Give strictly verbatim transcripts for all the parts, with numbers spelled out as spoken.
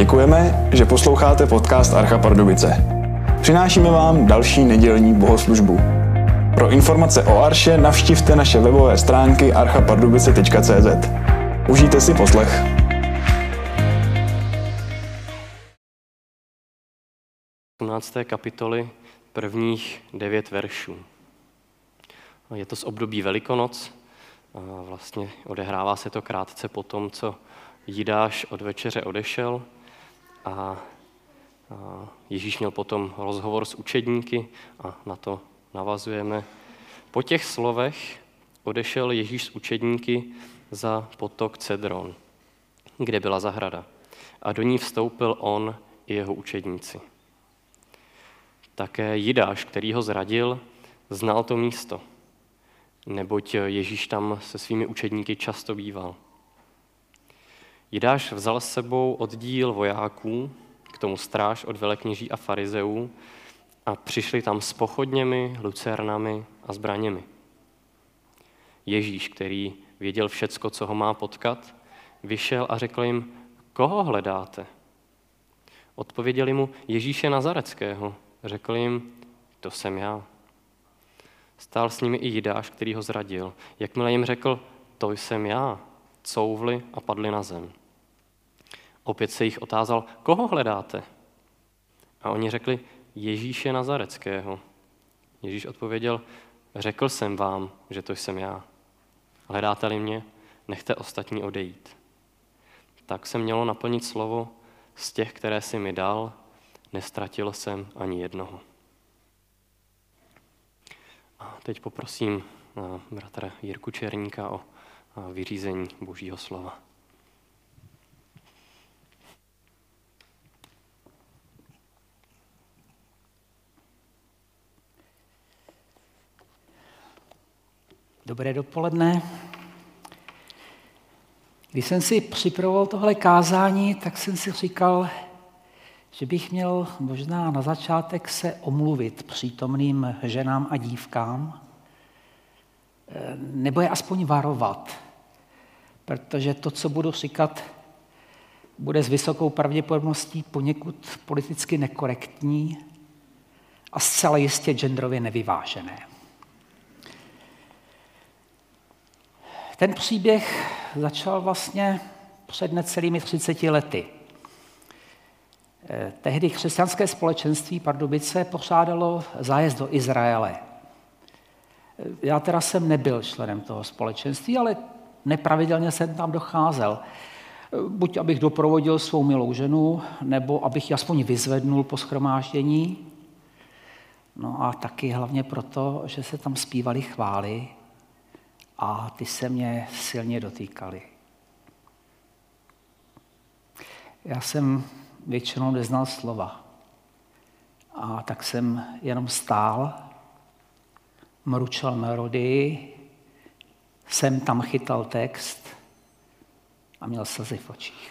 Děkujeme, že posloucháte podcast Archa Pardubice. Přinášíme vám další nedělní bohoslužbu. Pro informace o Arše navštivte naše webové stránky archa pardubice tečka cé zet. Užijte si poslech. osmnácté kapitoly prvních devět veršů. Je to z období Velikonoc. Vlastně odehrává se to krátce po tom, co Jidáš od večeře odešel a Ježíš měl potom rozhovor s učedníky a na to navazujeme. Po těch slovech odešel Ježíš s učedníky za potok Cedron, kde byla zahrada, a do ní vstoupil on i jeho učedníci. Také Jidáš, který ho zradil, znal to místo, neboť Ježíš tam se svými učedníky často býval. Jidáš vzal s sebou oddíl vojáků, k tomu stráž od velekněží a farizeů, a přišli tam s pochodněmi, lucernami a zbraněmi. Ježíš, který věděl všecko, co ho má potkat, vyšel a řekl jim: koho hledáte? Odpověděli mu: Ježíše Nazareckého. Řekl jim: to jsem já. Stál s nimi i Jidáš, který ho zradil. Jakmile jim řekl: to jsem já, couvli a padli na zem. Opět se jich otázal: koho hledáte? A oni řekli: Ježíše Nazareckého. Ježíš odpověděl: řekl jsem vám, že to jsem já. Hledáte-li mě, nechte ostatní odejít. Tak se mělo naplnit slovo: z těch, které jsi mi dal, nestratil jsem ani jednoho. A teď poprosím bratra Jirku Černíka o vyřízení Božího slova. Dobré dopoledne. Když jsem si připravoval tohle kázání, tak jsem si říkal, že bych měl možná na začátek se omluvit přítomným ženám a dívkám, nebo je aspoň varovat, protože to, co budu říkat, bude s vysokou pravděpodobností poněkud politicky nekorektní a zcela jistě genderově nevyvážené. Ten příběh začal vlastně před necelými třiceti lety. Tehdy křesťanské společenství Pardubice pořádalo zájezd do Izraele. Já teda jsem nebyl členem toho společenství, ale nepravidelně jsem tam docházel. Buď abych doprovodil svou milou ženu, nebo abych ji aspoň vyzvednul po shromáždění. No a taky hlavně proto, že se tam zpívaly chvály a ty se mě silně dotýkaly. Já jsem většinou neznal slova. A tak jsem jenom stál, mručel melodii, jsem tam chytal text a měl slzy v očích.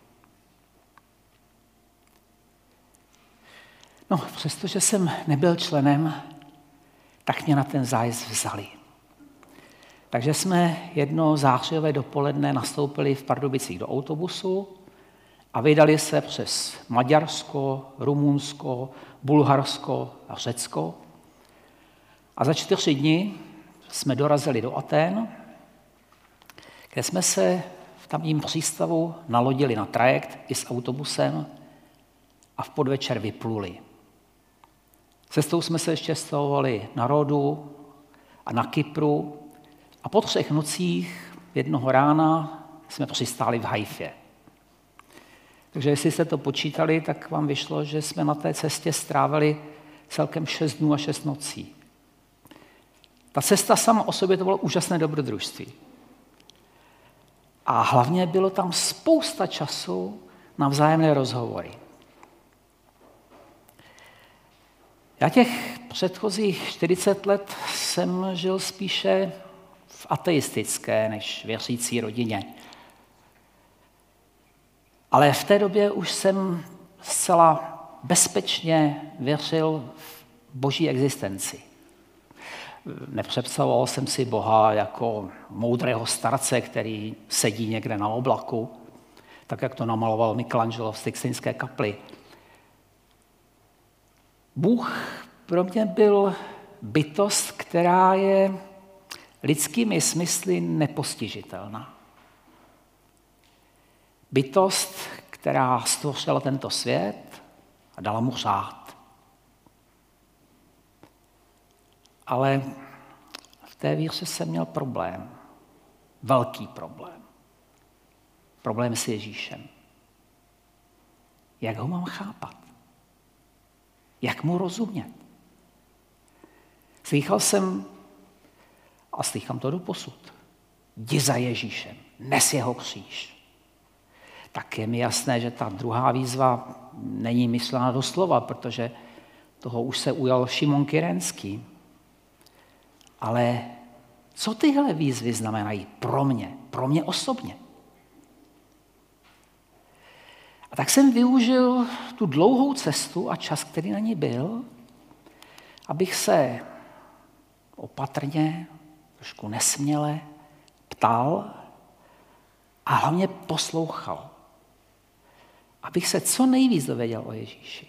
No, přestože jsem nebyl členem, tak mě na ten zájezd vzali. Takže jsme jedno zářijové dopoledne nastoupili v Pardubicích do autobusu a vydali se přes Maďarsko, Rumunsko, Bulharsko a Řecko. A za čtyři dny jsme dorazili do Athén, kde jsme se v tamním přístavu nalodili na trajekt i s autobusem a v podvečer vypluli. Cestou jsme se ještě stavovali na Rhodu a na Kypru a po třech nocích jednoho rána jsme přistáli v Haifě. Takže jestli jste to počítali, tak vám vyšlo, že jsme na té cestě strávili celkem šest dnů a šest nocí. Ta cesta sama o sobě to bylo úžasné dobrodružství. A hlavně bylo tam spousta času na vzájemné rozhovory. Já těch předchozích čtyřicet let jsem žil spíše v ateistické než věřící rodině. Ale v té době už jsem zcela bezpečně věřil v boží existenci. Nepředstavoval jsem si Boha jako moudrého starce, který sedí někde na oblaku. tak jak to namaloval Michelangelo v Sixtinské kapli. Bůh pro mě byl bytost, která je lidskými smysly nepostižitelná. Bytost, která stvořila tento svět a dala mu řád. Ale v té víře jsem měl problém. Velký problém. Problém s Ježíšem. Jak ho mám chápat? Jak mu rozumět? Slychal jsem, a slychám to doposud, jdi za Ježíšem, nes jeho kříž. Tak je mi jasné, že ta druhá výzva není myšlena doslova, protože toho už se ujal Šimon Kyrenský. Ale co tyhle výzvy znamenají pro mě, pro mě osobně? A tak jsem využil tu dlouhou cestu a čas, který na ní byl, abych se opatrně, trošku nesměle ptal a hlavně poslouchal. Abych se co nejvíc dověděl o Ježíši.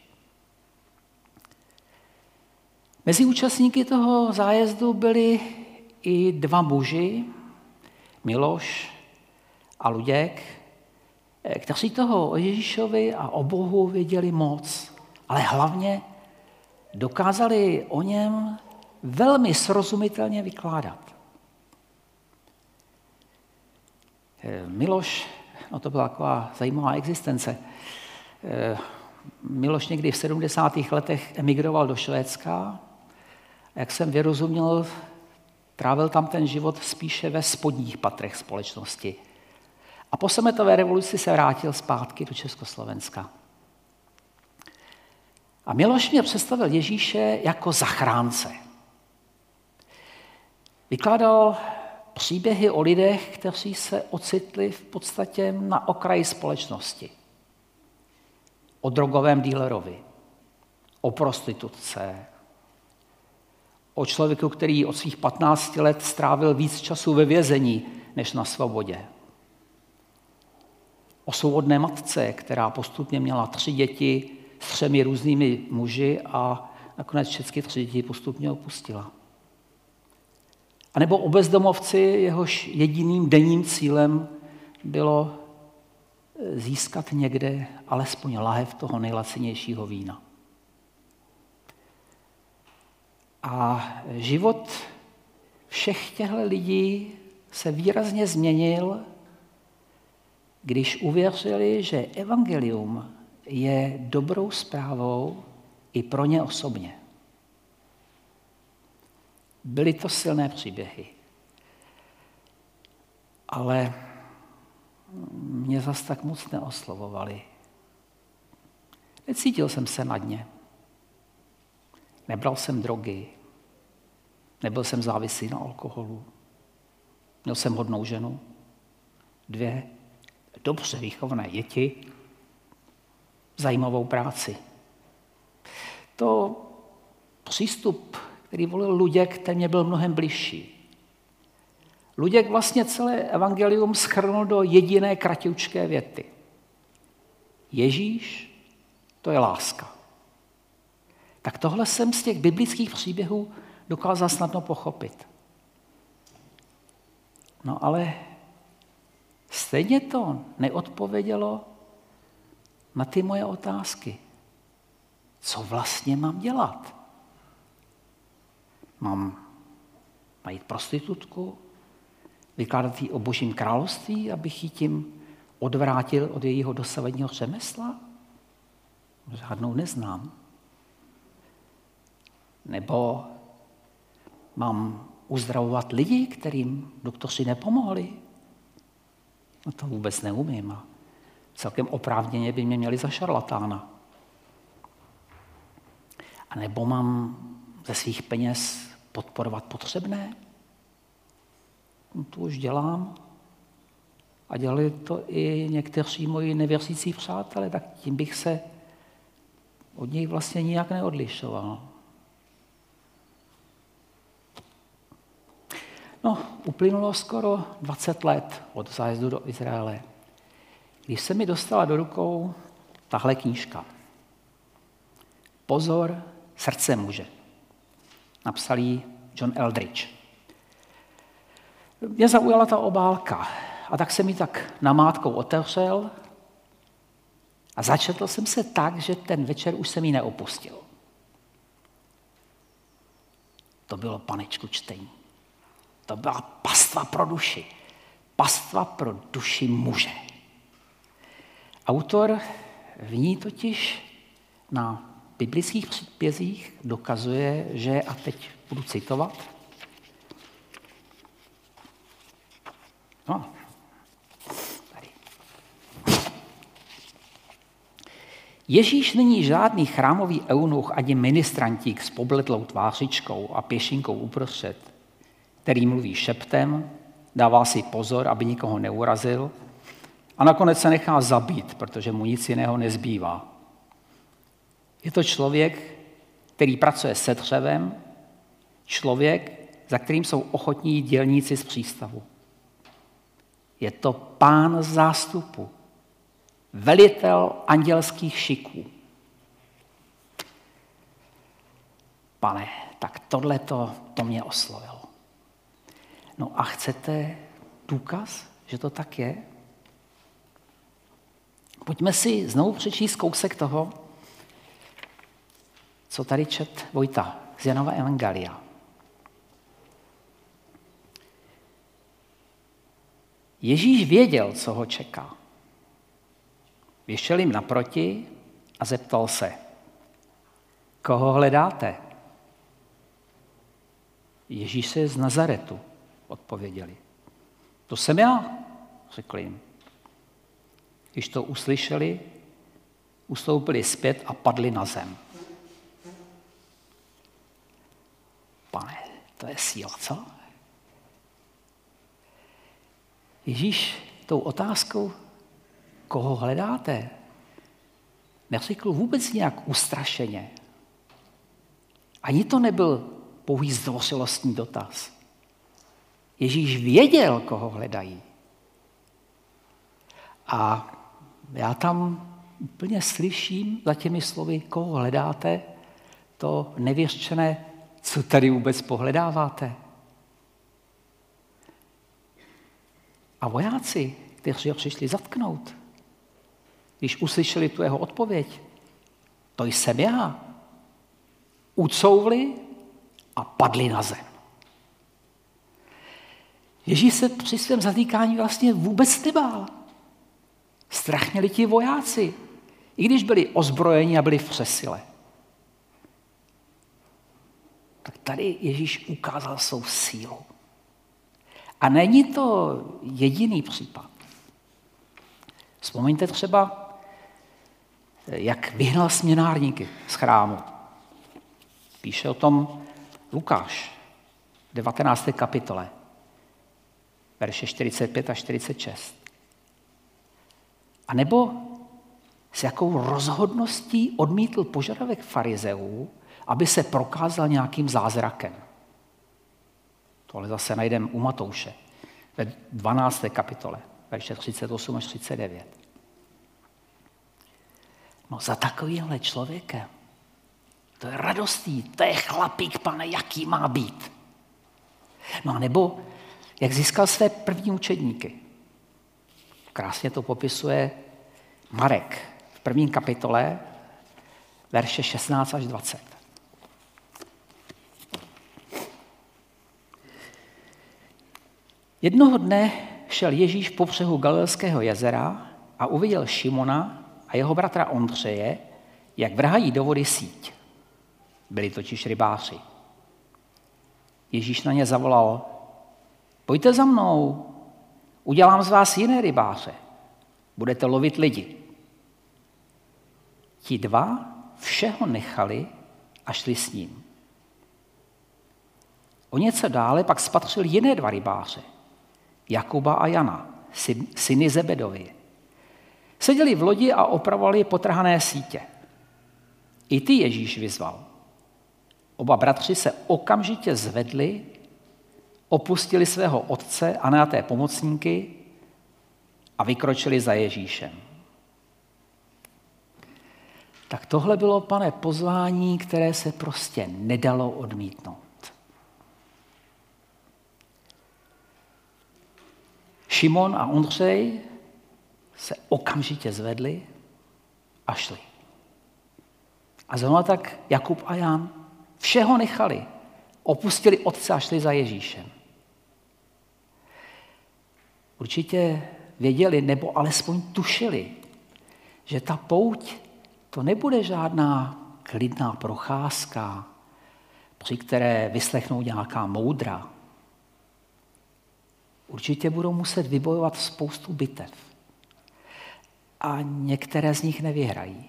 Mezi účastníky toho zájezdu byli i dva muži, Miloš a Luděk, kteří toho o Ježíšovi a o Bohu věděli moc, ale hlavně dokázali o něm velmi srozumitelně vykládat. Miloš, no to byla taková zajímavá existence. Miloš někdy v sedmdesátých letech emigroval do Švédska. Jak jsem vyrozuměl, trávil tam ten život spíše ve spodních patrech společnosti. A po sametové revoluci se vrátil zpátky do Československa. A Miloš mě představil Ježíše jako zachránce. Vykládal příběhy o lidech, kteří se ocitli v podstatě na okraji společnosti. O drogovém dílerovi, o prostitutce, o člověku, který od svých patnácti let strávil víc času ve vězení, než na svobodě. O svobodné matce, která postupně měla tři děti s třemi různými muži a nakonec všechny tři děti postupně opustila. A nebo o bezdomovci, jehož jediným denním cílem bylo získat někde alespoň lahev toho nejlacinějšího vína. A život všech těchto lidí se výrazně změnil, když uvěřili, že evangelium je dobrou zprávou i pro ně osobně. Byly to silné příběhy, ale mě zas tak moc neoslovovali. Necítil jsem se na dně. Nebral jsem drogy. Nebyl jsem závislý na alkoholu. Měl jsem hodnou ženu. Dvě dobře výchovné děti. Zajímavou práci. To přístup, který volil Luděk, ten mě byl mnohem bližší. Luděk vlastně celé evangelium shrnul do jediné kratičké věty. Ježíš, to je láska. Tak tohle jsem z těch biblických příběhů dokázal snadno pochopit. No ale stejně to neodpovědělo na ty moje otázky. Co vlastně mám dělat? Mám najít prostitutku, vykládat jí o Božím království, abych ji tím odvrátil od jejího dosavadního řemesla? Žádnou neznám. Nebo mám uzdravovat lidi, kterým doktoři nepomohli? No to vůbec neumím a celkem oprávněně by mě měli za šarlatána. A nebo mám ze svých peněz podporovat potřebné? No to už dělám. A dělali to i někteří moji nevěřící přátelé, tak tím bych se od nich vlastně nijak neodlišoval. No, uplynulo skoro dvacet let od zájezdu do Izraele. když se mi dostala do rukou tahle knížka. Pozor, srdce muže. Napsal ji John Eldridge. Mě zaujala ta obálka a tak jsem ji tak namátkou otevřel a začetl jsem se tak, že ten večer už jsem ji neopustil. To bylo, panečku, čtení. To byla pastva pro duši. Pastva pro duši muže. Autor v ní totiž na biblických příbězích dokazuje, že, a teď budu citovat, no, tady. Ježíš není žádný chrámový eunuch ani ministrantík s pobletlou tvářičkou a pěšinkou uprostřed, který mluví šeptem, dává si pozor, aby nikoho neurazil a nakonec se nechá zabít, protože mu nic jiného nezbývá. Je to člověk, který pracuje se dřevem, člověk, za kterým jsou ochotní dělníci z přístavu. Je to pán zástupu, velitel andělských šiků. Pane, tak tohleto to mě oslovilo. No a chcete důkaz, že to tak je? Pojďme si znovu přečíst kousek toho, co tady čet Vojta z Janova evangelia. Ježíš věděl, co ho čeká. Vyšel jim naproti a zeptal se, koho hledáte? Ježíše z Nazaretu, odpověděli. To jsem já, řekl jim. Když to uslyšeli, ustoupili zpět a padli na zem. Pane, to je síla, co? Ježíš tou otázkou, koho hledáte, neřekl vůbec nějak ustrašeně. Ani to nebyl pouhý zdvořilostní dotaz. Ježíš věděl, koho hledají. A já tam úplně slyším za těmi slovy, koho hledáte, to nevěřčené, co tady vůbec pohledáváte. A vojáci, kteří ho přišli zatknout, když uslyšeli tu jeho odpověď, to jsem já, ucouvli a padli na zem. Ježíš se při svém zatýkání vlastně vůbec nebál. Strach měli ti vojáci, i když byli ozbrojeni a byli v přesile. Tak tady Ježíš ukázal svou sílu. A není to jediný případ. Vzpomeňte třeba, jak vyhnal směnárníky z chrámu. Píše o tom Lukáš v devatenácté kapitole, verše čtyřicet pět a čtyřicet šest. A nebo s jakou rozhodností odmítl požadavek farizeů, aby se prokázal nějakým zázrakem. Tohle zase najdeme u Matouše ve dvanácté kapitole, verše třicet osm až třicet devět. No za takovýmhle člověkem, to je radostný, to je chlapík, Pane, jaký má být. No a nebo jak získal své první učedníky. Krásně to popisuje Marek v první kapitole, verše šestnáct až dvacet. Jednoho dne šel Ježíš po břehu Galilejského jezera a uviděl Šimona a jeho bratra Ondřeje, jak vrhají do vody síť. Byli totiž rybáři. Ježíš na ně zavolal, pojďte za mnou, udělám z vás jiné rybáře, budete lovit lidi. Ti dva všeho nechali a šli s ním. O něco dále pak spatřil jiné dva rybáře, Jakuba a Jana, syny Zebedovi. Seděli v lodi a opravovali potrhané sítě. I ty Ježíš vyzval. Oba bratři se okamžitě zvedli, opustili svého otce a najaté pomocníky a a vykročili za Ježíšem. Tak tohle bylo, Pane, pozvání, které se prostě nedalo odmítnout. Šimon a Ondřej se okamžitě zvedli a šli. A zrovna tak Jakub a Jan všeho nechali, opustili otce a šli za Ježíšem. Určitě věděli, nebo alespoň tušili, že ta pouť to nebude žádná klidná procházka, při které vyslechnou nějaká moudra. Určitě budou muset vybojovat spoustu bitev. A některé z nich nevyhrají.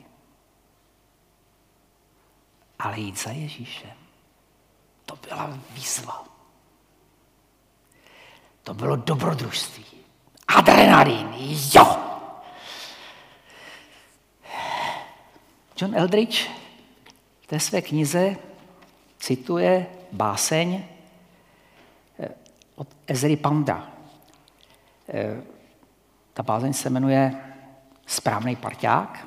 Ale jít za Ježíšem, to byla výzva. To bylo dobrodružství. Adrenalin, jo! John Eldridge v té své knize cituje báseň od Ezry Pounda. Ta báseň se jmenuje Správnej parťák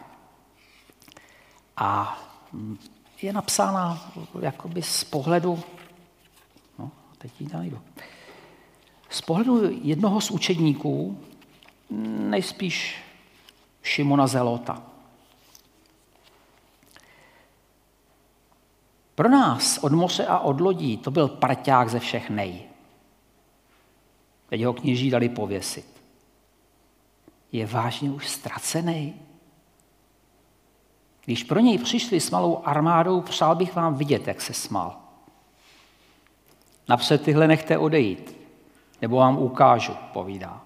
a je napsána jakoby z pohledu, no, teď ji najdu, z pohledu jednoho z učedníků, nejspíš Šimona Zelota. Pro nás od moře a od lodí to byl parťák ze všech nej. Teď ho kněží dali pověsit. Je vážně už ztracený? Když pro něj přišli s malou armádou, přál bych vám vidět, jak se smál. Napřed tyhle nechte odejít, nebo vám ukážu, povídá.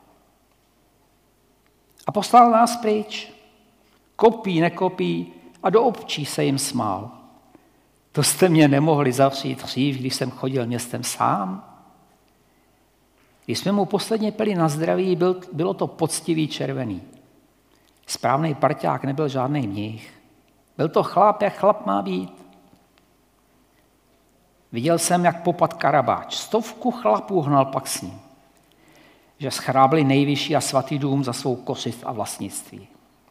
A poslal nás pryč. Kopí, nekopí a do občí se jim smál. To jste mě nemohli zavřít dřív, když jsem chodil městem sám. Když jsme mu posledně pili na zdraví, byl, bylo to poctivý červený. Správný parťák nebyl žádný mnich. Byl to chlap, jak chlap má být. Viděl jsem, jak popad Karabáč. Stovku chlapů hnal pak s ním, že schrábli nejvyšší a svatý dům za svou kořist a vlastnictví.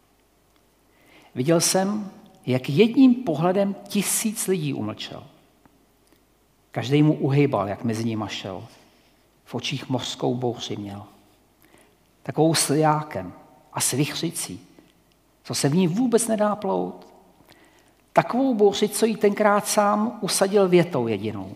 Viděl jsem, jak jedním pohledem tisíc lidí umlčel. Každý mu uhejbal, jak mezi nimi šel. V očích mořskou bouři měl. Takovou slijákem a svichřicí, co se v ní vůbec nedá plout. Takovou bouři, co jí tenkrát sám usadil větou jedinou.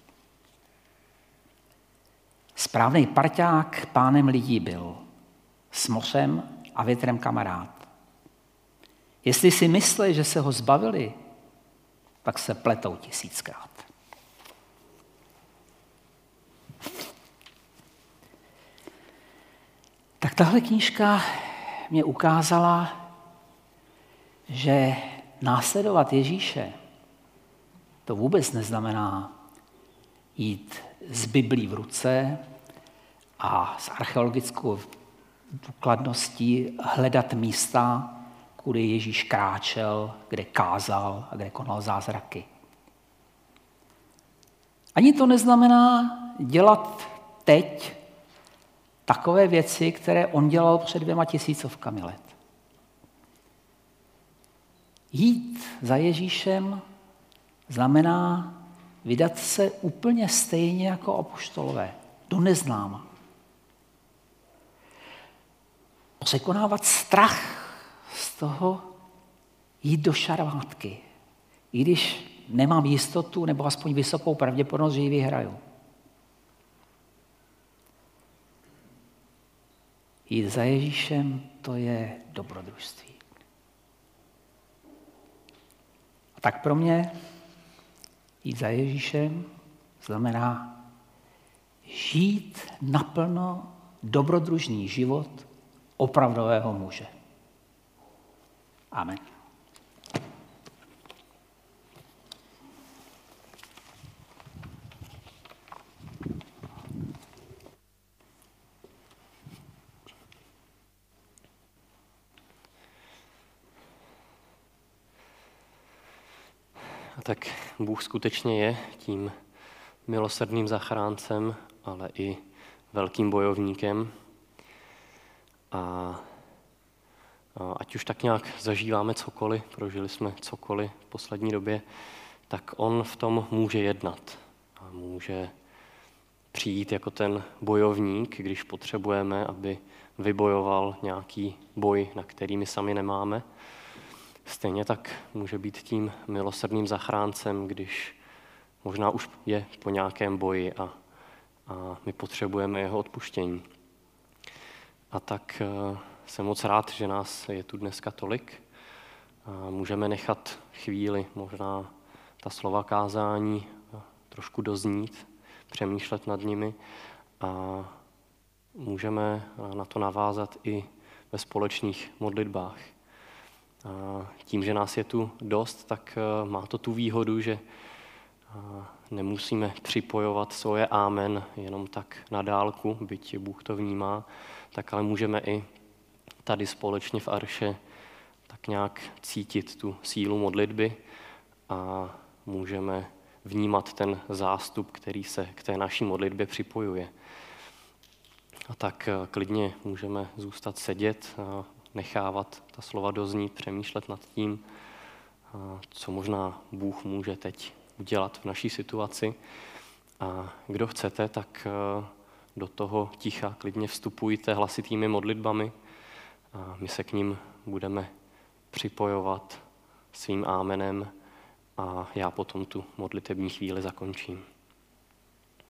Správný parťák pánem lidí byl, s mořem a větrem kamarád. Jestli si myslí, že se ho zbavili, tak se pletou tisíckrát. Tak tahle knížka mě ukázala, že následovat Ježíše to vůbec neznamená jít s Biblí v ruce a s archeologickou důkladností hledat místa, kudy Ježíš kráčel, kde kázal a kde konal zázraky. Ani to neznamená dělat teď takové věci, které on dělal před dvěma tisícovkami let. Jít za Ježíšem znamená vydat se úplně stejně jako apoštolové, do neznáma. Překonávat strach z toho, jít do šarvátky, i když nemám jistotu nebo aspoň vysokou pravděpodobnost, že ji vyhraju. Jít za Ježíšem, to je dobrodružství. A tak pro mě jít za Ježíšem znamená žít naplno dobrodružný život opravdového muže. Amen. A tak Bůh skutečně je tím milosrdným zachráncem, ale i velkým bojovníkem. A ať už tak nějak zažíváme cokoliv, prožili jsme cokoliv v poslední době, tak on v tom může jednat. A může přijít jako ten bojovník, když potřebujeme, aby vybojoval nějaký boj, na který my sami nemáme. Stejně tak může být tím milosrdným zachráncem, když možná už je po nějakém boji a, a my potřebujeme jeho odpuštění. A tak jsem moc rád, že nás je tu dneska tolik. A můžeme nechat chvíli možná ta slova kázání trošku doznít, přemýšlet nad nimi a můžeme na to navázat i ve společných modlitbách. A tím, že nás je tu dost, tak má to tu výhodu, že nemusíme připojovat svoje amen jenom tak na dálku, byť Bůh to vnímá, tak ale můžeme i tady společně v Arše tak nějak cítit tu sílu modlitby a můžeme vnímat ten zástup, který se k té naší modlitbě připojuje. A tak klidně můžeme zůstat sedět a nechávat ta slova doznít, přemýšlet nad tím, co možná Bůh může teď udělat v naší situaci. A kdo chcete, tak do toho ticha klidně vstupujte hlasitými modlitbami a my se k nim budeme připojovat svým ámenem a já potom tu modlitební chvíli zakončím.